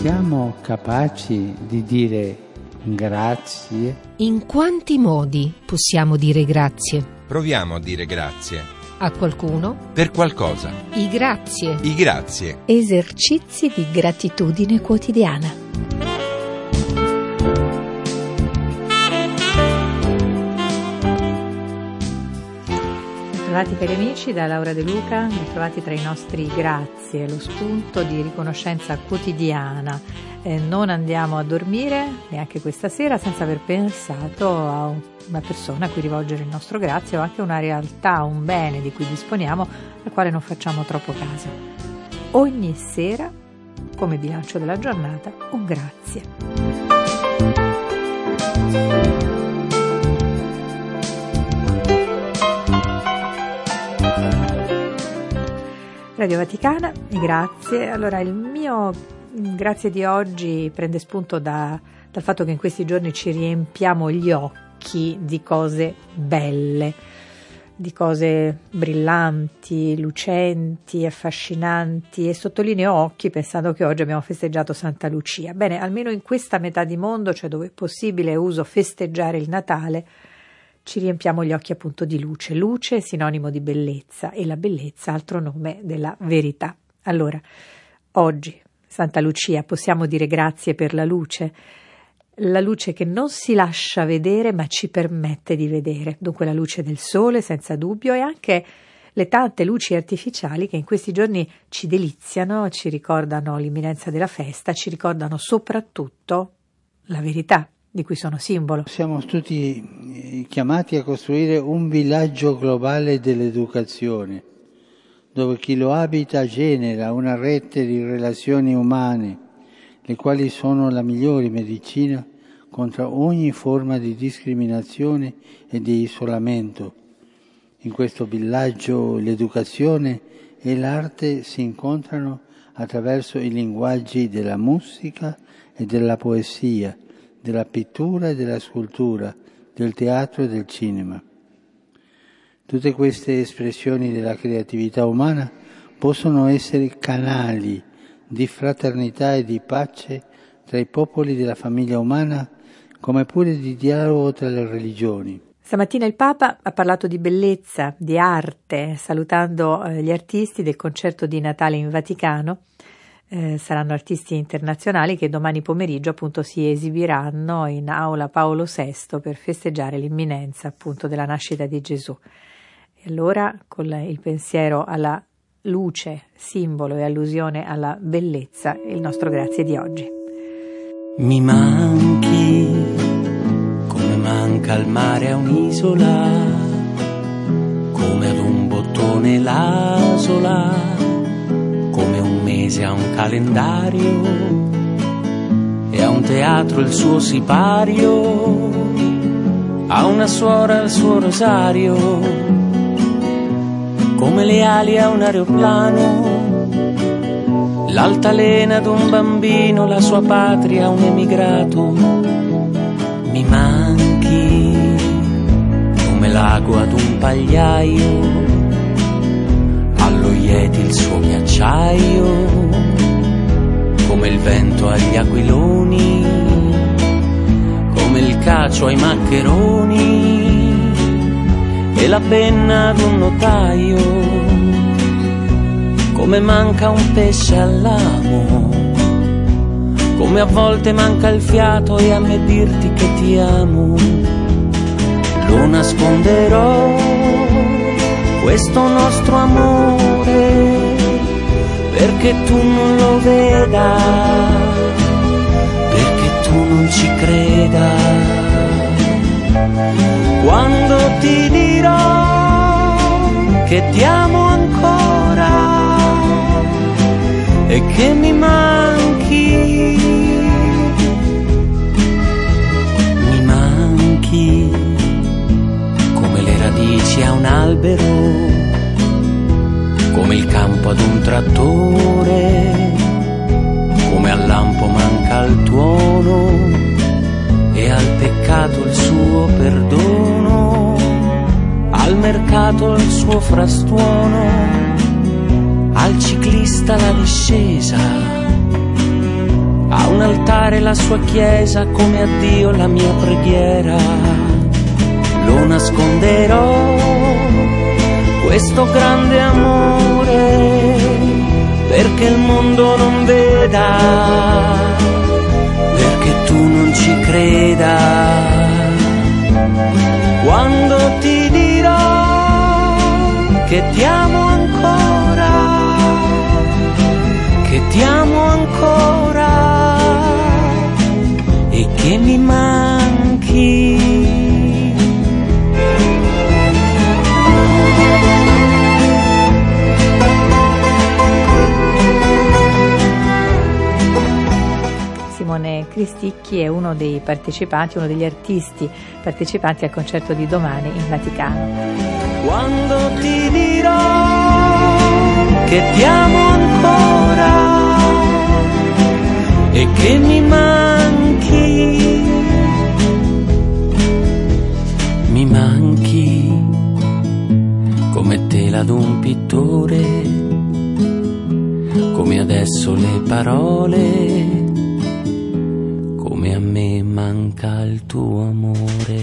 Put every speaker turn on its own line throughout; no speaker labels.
Siamo capaci di dire grazie?
In quanti modi possiamo dire grazie?
Proviamo a dire grazie.
A qualcuno?
Per qualcosa.
I grazie.
I grazie.
Esercizi di gratitudine quotidiana.
Bentrovati cari amici, da Laura De Luca, bentrovati tra i nostri grazie, lo spunto di riconoscenza quotidiana. Non andiamo a dormire neanche questa sera senza aver pensato a una persona a cui rivolgere il nostro grazie o anche una realtà, un bene di cui disponiamo al quale non facciamo troppo caso. Ogni sera, come bilancio della giornata, un grazie. Radio Vaticana, grazie. Allora, il mio grazie di oggi prende spunto dal fatto che in questi giorni ci riempiamo gli occhi di cose belle, di cose brillanti, lucenti, affascinanti, e sottolineo occhi pensando che oggi abbiamo festeggiato Santa Lucia. Bene, almeno in questa metà di mondo, cioè dove è possibile uso festeggiare il Natale, ci riempiamo gli occhi appunto di luce. Luce è sinonimo di bellezza e la bellezza altro nome della verità. Allora, oggi, Santa Lucia, possiamo dire grazie per la luce che non si lascia vedere ma ci permette di vedere. Dunque la luce del sole, senza dubbio, e anche le tante luci artificiali che in questi giorni ci deliziano, ci ricordano l'imminenza della festa, ci ricordano soprattutto la verità di cui sono simbolo.
Siamo tutti chiamati a costruire un villaggio globale dell'educazione, dove chi lo abita genera una rete di relazioni umane, le quali sono la migliore medicina contro ogni forma di discriminazione e di isolamento. In questo villaggio l'educazione e l'arte si incontrano attraverso i linguaggi della musica e della poesia, della pittura e della scultura, del teatro e del cinema. Tutte queste espressioni della creatività umana possono essere canali di fraternità e di pace tra i popoli della famiglia umana, come pure di dialogo tra le religioni.
Stamattina il Papa ha parlato di bellezza, di arte, salutando gli artisti del concerto di Natale in Vaticano. Saranno artisti internazionali che domani pomeriggio appunto si esibiranno in Aula Paolo VI per festeggiare l'imminenza appunto della nascita di Gesù. E allora, con il pensiero alla luce, simbolo e allusione alla bellezza, il nostro grazie di oggi.
Mi manchi come manca il mare a un'isola, come ad un bottone l'asola, come un mese a un calendario e a un teatro il suo sipario, a una suora il suo rosario, come le ali a un aeroplano, l'altalena ad un bambino, la sua patria a un emigrato. Mi manchi come l'ago ad un pagliaio, allo Yeti il suo ghiacciaio, come il vento agli aquiloni, come il cacio ai maccheroni e la penna ad un notaio, come manca un pesce all'amo, come a volte manca il fiato e a me dirti che ti amo. Lo nasconderò questo nostro amore perché tu non lo veda, perché tu non ci creda. Quando ti dirò che ti amo ancora e che mi manchi, come le radici a un albero, come il campo ad un trattore, come al lampo manca il tuono e al peccato il suo perdono, al mercato il suo frastuono, al ciclista la discesa, Ha un altare la sua chiesa, come a Dio la mia preghiera. Lo nasconderò, questo grande amore, perché il mondo non veda, perché tu non ci creda. Quando ti dirò che ti amo ancora, che ti amo ancora e che mi manchi.
Simone Cristicchi è uno dei partecipanti, uno degli artisti partecipanti al concerto di domani in Vaticano.
Quando ti dirò che ti amo ancora e che mi manchi come tela d'un pittore, come adesso le parole, come a me manca il tuo amore.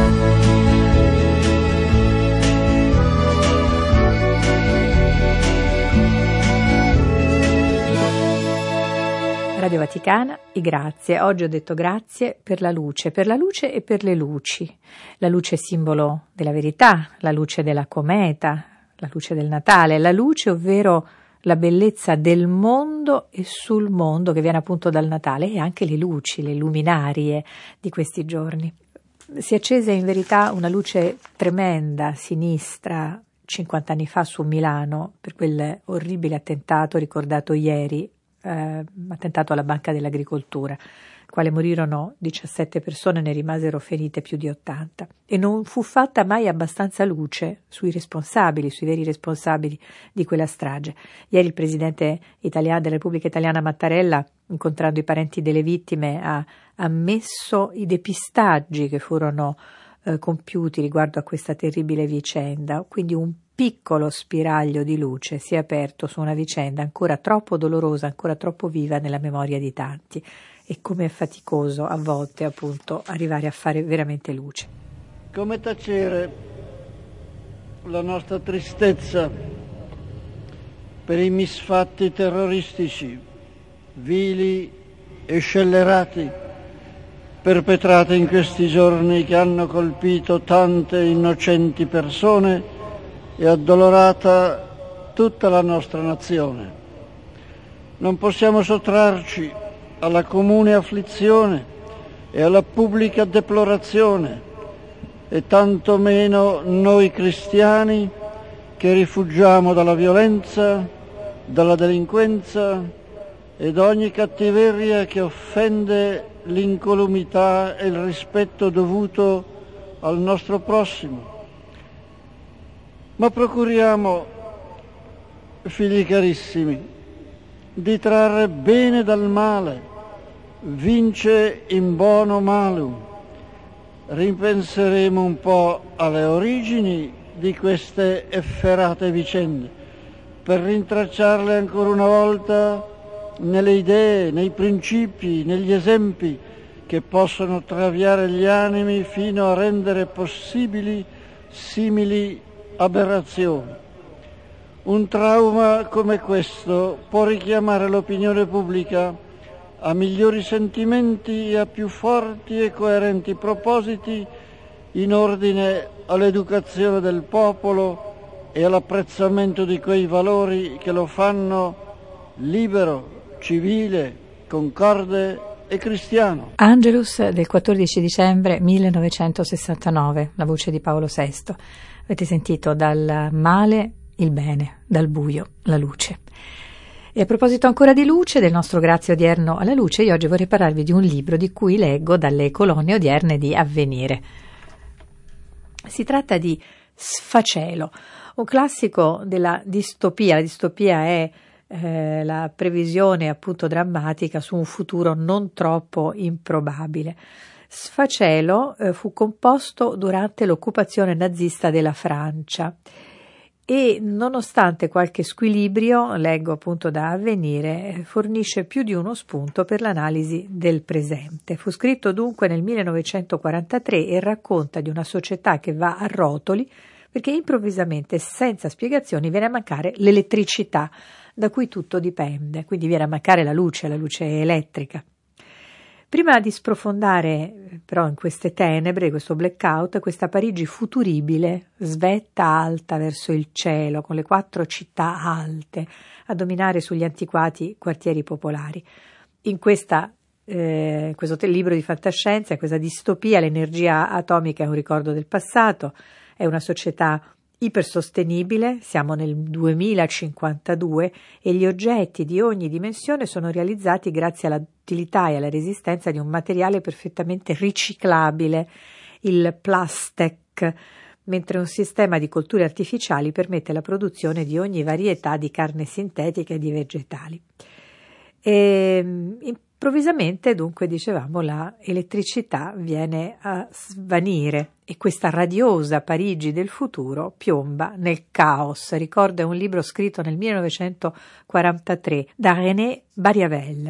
Radio Vaticana e grazie. Oggi ho detto grazie per la luce e per le luci. La luce è simbolo della verità, la luce della cometa, la luce del Natale, la luce ovvero la bellezza del mondo e sul mondo che viene appunto dal Natale, e anche le luci, le luminarie di questi giorni. Si è accesa in verità una luce tremenda, sinistra, 50 anni fa su Milano, per quel orribile attentato ricordato ieri, attentato alla Banca dell'Agricoltura, quale morirono 17 persone, ne rimasero ferite più di 80. E non fu fatta mai abbastanza luce sui responsabili, sui veri responsabili di quella strage. Ieri il presidente della Repubblica Italiana Mattarella, incontrando i parenti delle vittime, ha ammesso i depistaggi che furono compiuti riguardo a questa terribile vicenda. Quindi un piccolo spiraglio di luce si è aperto su una vicenda ancora troppo dolorosa, ancora troppo viva nella memoria di tanti. E come è faticoso a volte appunto arrivare a fare veramente luce.
Come tacere la nostra tristezza per i misfatti terroristici, vili e scellerati, perpetrati in questi giorni, che hanno colpito tante innocenti persone e addolorata tutta la nostra nazione. Non possiamo sottrarci alla comune afflizione e alla pubblica deplorazione, e tanto meno noi cristiani che rifugiamo dalla violenza, dalla delinquenza e da ogni cattiveria che offende l'incolumità e il rispetto dovuto al nostro prossimo. Ma procuriamo, figli carissimi, di trarre bene dal male, vince in bono malum. Ripenseremo un po' alle origini di queste efferate vicende, per rintracciarle ancora una volta nelle idee, nei principi, negli esempi che possono traviare gli animi fino a rendere possibili simili aberrazioni. Un trauma come questo può richiamare l'opinione pubblica a migliori sentimenti e a più forti e coerenti propositi in ordine all'educazione del popolo e all'apprezzamento di quei valori che lo fanno libero, civile, concorde e cristiano.
Angelus del 14 dicembre 1969, la voce di Paolo VI. Avete sentito: dal male il bene, dal buio la luce. E a proposito ancora di luce, del nostro grazie odierno alla luce, io oggi vorrei parlarvi di un libro di cui leggo dalle colonne odierne di Avvenire. Si tratta di Sfacelo, un classico della distopia. La distopia è la previsione appunto drammatica su un futuro non troppo improbabile. Sfacelo fu composto durante l'occupazione nazista della Francia e nonostante qualche squilibrio, leggo appunto da Avvenire, fornisce più di uno spunto per l'analisi del presente. Fu scritto dunque nel 1943 e racconta di una società che va a rotoli perché improvvisamente, senza spiegazioni, viene a mancare l'elettricità da cui tutto dipende, quindi viene a mancare la luce elettrica. Prima di sprofondare però in queste tenebre, questo blackout, questa Parigi futuribile, svetta alta verso il cielo, con le 4 città alte a dominare sugli antiquati quartieri popolari. In questo libro di fantascienza, in questa distopia, l'energia atomica è un ricordo del passato, è una società ipersostenibile, siamo nel 2052 e gli oggetti di ogni dimensione sono realizzati grazie all'utilità e alla resistenza di un materiale perfettamente riciclabile, il plastic, mentre un sistema di colture artificiali permette la produzione di varietà di carne sintetica e di vegetali. Improvvisamente, dunque, dicevamo, la elettricità viene a svanire e questa radiosa Parigi del futuro piomba nel caos. Ricordo, è un libro scritto nel 1943 da René Bariavel.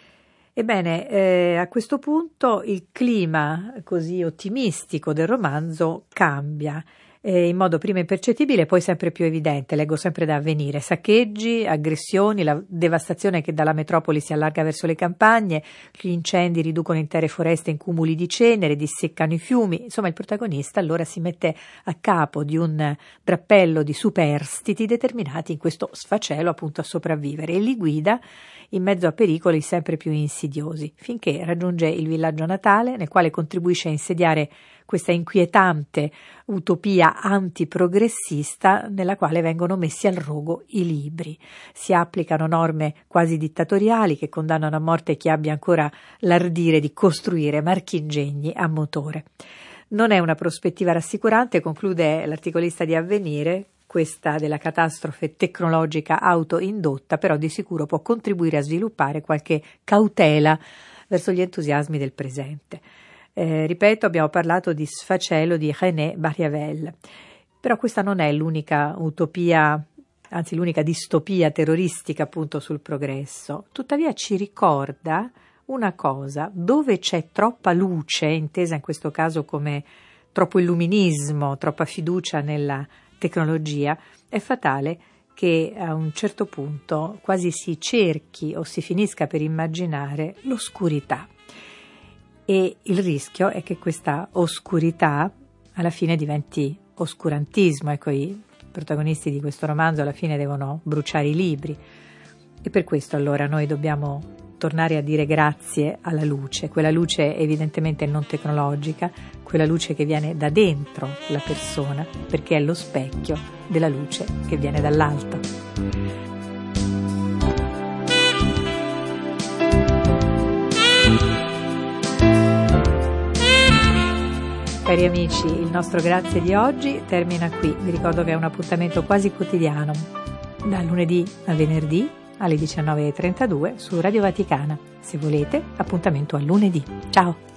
Ebbene, a questo punto il clima così ottimistico del romanzo cambia. In modo prima impercettibile, poi sempre più evidente. Leggo sempre da Avvenire: saccheggi, aggressioni, la devastazione che dalla metropoli si allarga verso le campagne, gli incendi riducono intere foreste in cumuli di cenere, disseccano i fiumi. Insomma, il protagonista allora si mette a capo di un drappello di superstiti determinati in questo sfacelo appunto a sopravvivere e li guida in mezzo a pericoli sempre più insidiosi, finché raggiunge il villaggio natale, nel quale contribuisce a insediare questa inquietante utopia antiprogressista nella quale vengono messi al rogo i libri. Si applicano norme quasi dittatoriali che condannano a morte chi abbia ancora l'ardire di costruire marchingegni a motore. Non è una prospettiva rassicurante, conclude l'articolista di Avvenire. Questa della catastrofe tecnologica autoindotta, però di sicuro può contribuire a sviluppare qualche cautela verso gli entusiasmi del presente. Ripeto, abbiamo parlato di Sfacelo di René Bariavel, però questa non è l'unica utopia, anzi l'unica distopia terroristica appunto sul progresso. Tuttavia ci ricorda una cosa: dove c'è troppa luce, intesa in questo caso come troppo illuminismo, troppa fiducia nella tecnologia, è fatale che a un certo punto quasi si cerchi o si finisca per immaginare l'oscurità. E il rischio è che questa oscurità alla fine diventi oscurantismo. Ecco, i protagonisti di questo romanzo alla fine devono bruciare i libri e per questo allora noi dobbiamo tornare a dire grazie alla luce, quella luce evidentemente non tecnologica, quella luce che viene da dentro la persona, perché è lo specchio della luce che viene dall'alto. Cari amici, il nostro grazie di oggi termina qui. Vi ricordo che è un appuntamento quasi quotidiano, da lunedì a venerdì alle 19:32 su Radio Vaticana. Se volete, appuntamento a lunedì. Ciao!